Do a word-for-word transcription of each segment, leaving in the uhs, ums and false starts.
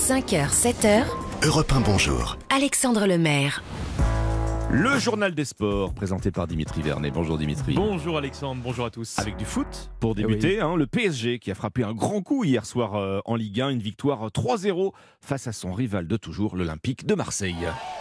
cinq heures, sept heures, Europe un, bonjour. Alexandre Lemaire. Le journal des sports, présenté par Dimitri Vernet. Bonjour Dimitri. Bonjour Alexandre, bonjour à tous. Avec du foot, pour débuter, oui. hein, le P S G qui a frappé un grand coup hier soir euh, en Ligue un, une victoire trois zéro face à son rival de toujours, l'Olympique de Marseille.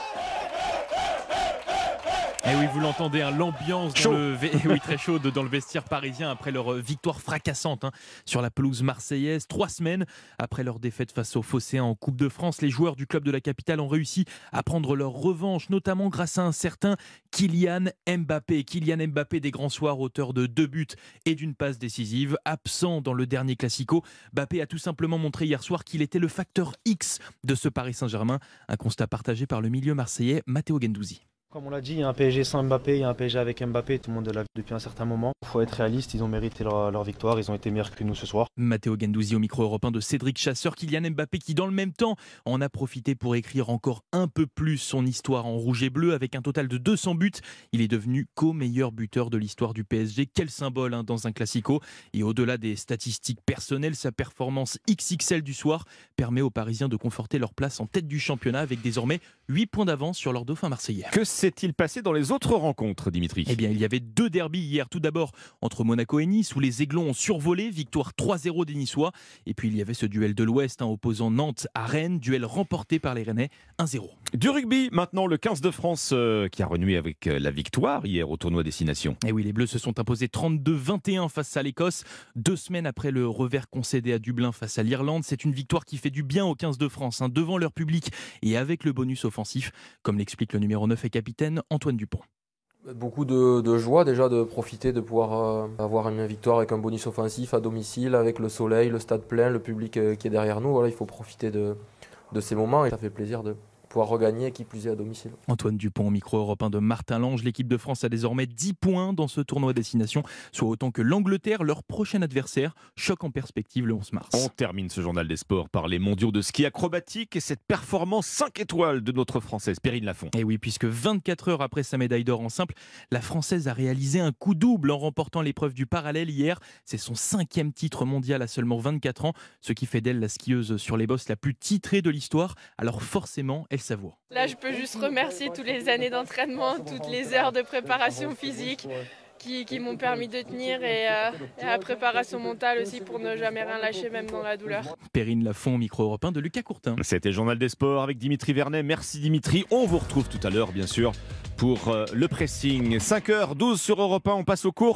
Et oui, vous l'entendez, hein, l'ambiance Chaud. dans le v... oui, très chaude dans le vestiaire parisien après leur victoire fracassante hein, sur la pelouse marseillaise. Trois semaines après leur défaite face aux Phocéens en Coupe de France, les joueurs du club de la capitale ont réussi à prendre leur revanche, notamment grâce à un certain Kylian Mbappé. Kylian Mbappé, des grands soirs, auteur de deux buts et d'une passe décisive. Absent dans le dernier Classico, Mbappé a tout simplement montré hier soir qu'il était le facteur X de ce Paris Saint-Germain. Un constat partagé par le milieu marseillais Matteo Guendouzi. Comme on l'a dit, il y a un P S G sans Mbappé, il y a un P S G avec Mbappé, tout le monde l'a vu depuis un certain moment. Il faut être réaliste, ils ont mérité leur, leur victoire, ils ont été meilleurs que nous ce soir. Matteo Guendouzi au micro européen de Cédric Chasseur. Kylian Mbappé qui dans le même temps en a profité pour écrire encore un peu plus son histoire en rouge et bleu avec un total de deux cents buts. Il est devenu co-meilleur buteur de l'histoire du P S G. Quel symbole hein, dans un classico. Et au-delà des statistiques personnelles, sa performance X X L du soir permet aux Parisiens de conforter leur place en tête du championnat avec désormais huit points d'avance sur leur dauphin marseillais. Que s'est-il passé dans les autres rencontres, Dimitri ? Eh bien, il y avait deux derbys hier. Tout d'abord, entre Monaco et Nice, où les Aiglons ont survolé, victoire trois zéro des Niçois. Et puis, il y avait ce duel de l'Ouest, hein, opposant Nantes à Rennes, duel remporté par les Rennais, un zéro. Du rugby, maintenant, le quinze de France euh, qui a renoué avec euh, la victoire hier au tournoi Destination. Et oui, les Bleus se sont imposés trente-deux vingt et un face à l'Écosse. Deux semaines après le revers concédé à Dublin face à l'Irlande, c'est une victoire qui fait du bien au quinze de France, hein, devant leur public et avec le bonus offensif, comme l'explique le numéro neuf et capitaine Antoine Dupont. Beaucoup de, de joie déjà de profiter de pouvoir euh, avoir une victoire avec un bonus offensif à domicile, avec le soleil, le stade plein, le public euh, qui est derrière nous. Voilà, il faut profiter de, de ces moments et ça fait plaisir de pouvoir regagner, qui plus est à domicile. Antoine Dupont, au micro européen de Martin Lange. L'équipe de France a désormais dix points dans ce tournoi Destination, soit autant que l'Angleterre, leur prochain adversaire. Choc en perspective le onze mars. On termine ce journal des sports par les mondiaux de ski acrobatique et cette performance cinq étoiles de notre Française Perrine Lafont. Et oui, puisque vingt-quatre heures après sa médaille d'or en simple, la Française a réalisé un coup double en remportant l'épreuve du parallèle hier. C'est son cinquième titre mondial à seulement vingt-quatre ans, ce qui fait d'elle la skieuse sur les bosses la plus titrée de l'histoire. Alors forcément, elle savoure. Là, je peux juste remercier toutes les années d'entraînement, toutes les heures de préparation physique qui, qui m'ont permis de tenir et, euh, et la préparation mentale aussi pour ne jamais rien lâcher, même dans la douleur. Perrine Lafont, micro européen de Lucas Courtin. C'était le journal des sports avec Dimitri Vernet. Merci Dimitri. On vous retrouve tout à l'heure, bien sûr, pour euh, le pressing. cinq heures douze sur Europe un, on passe au cours.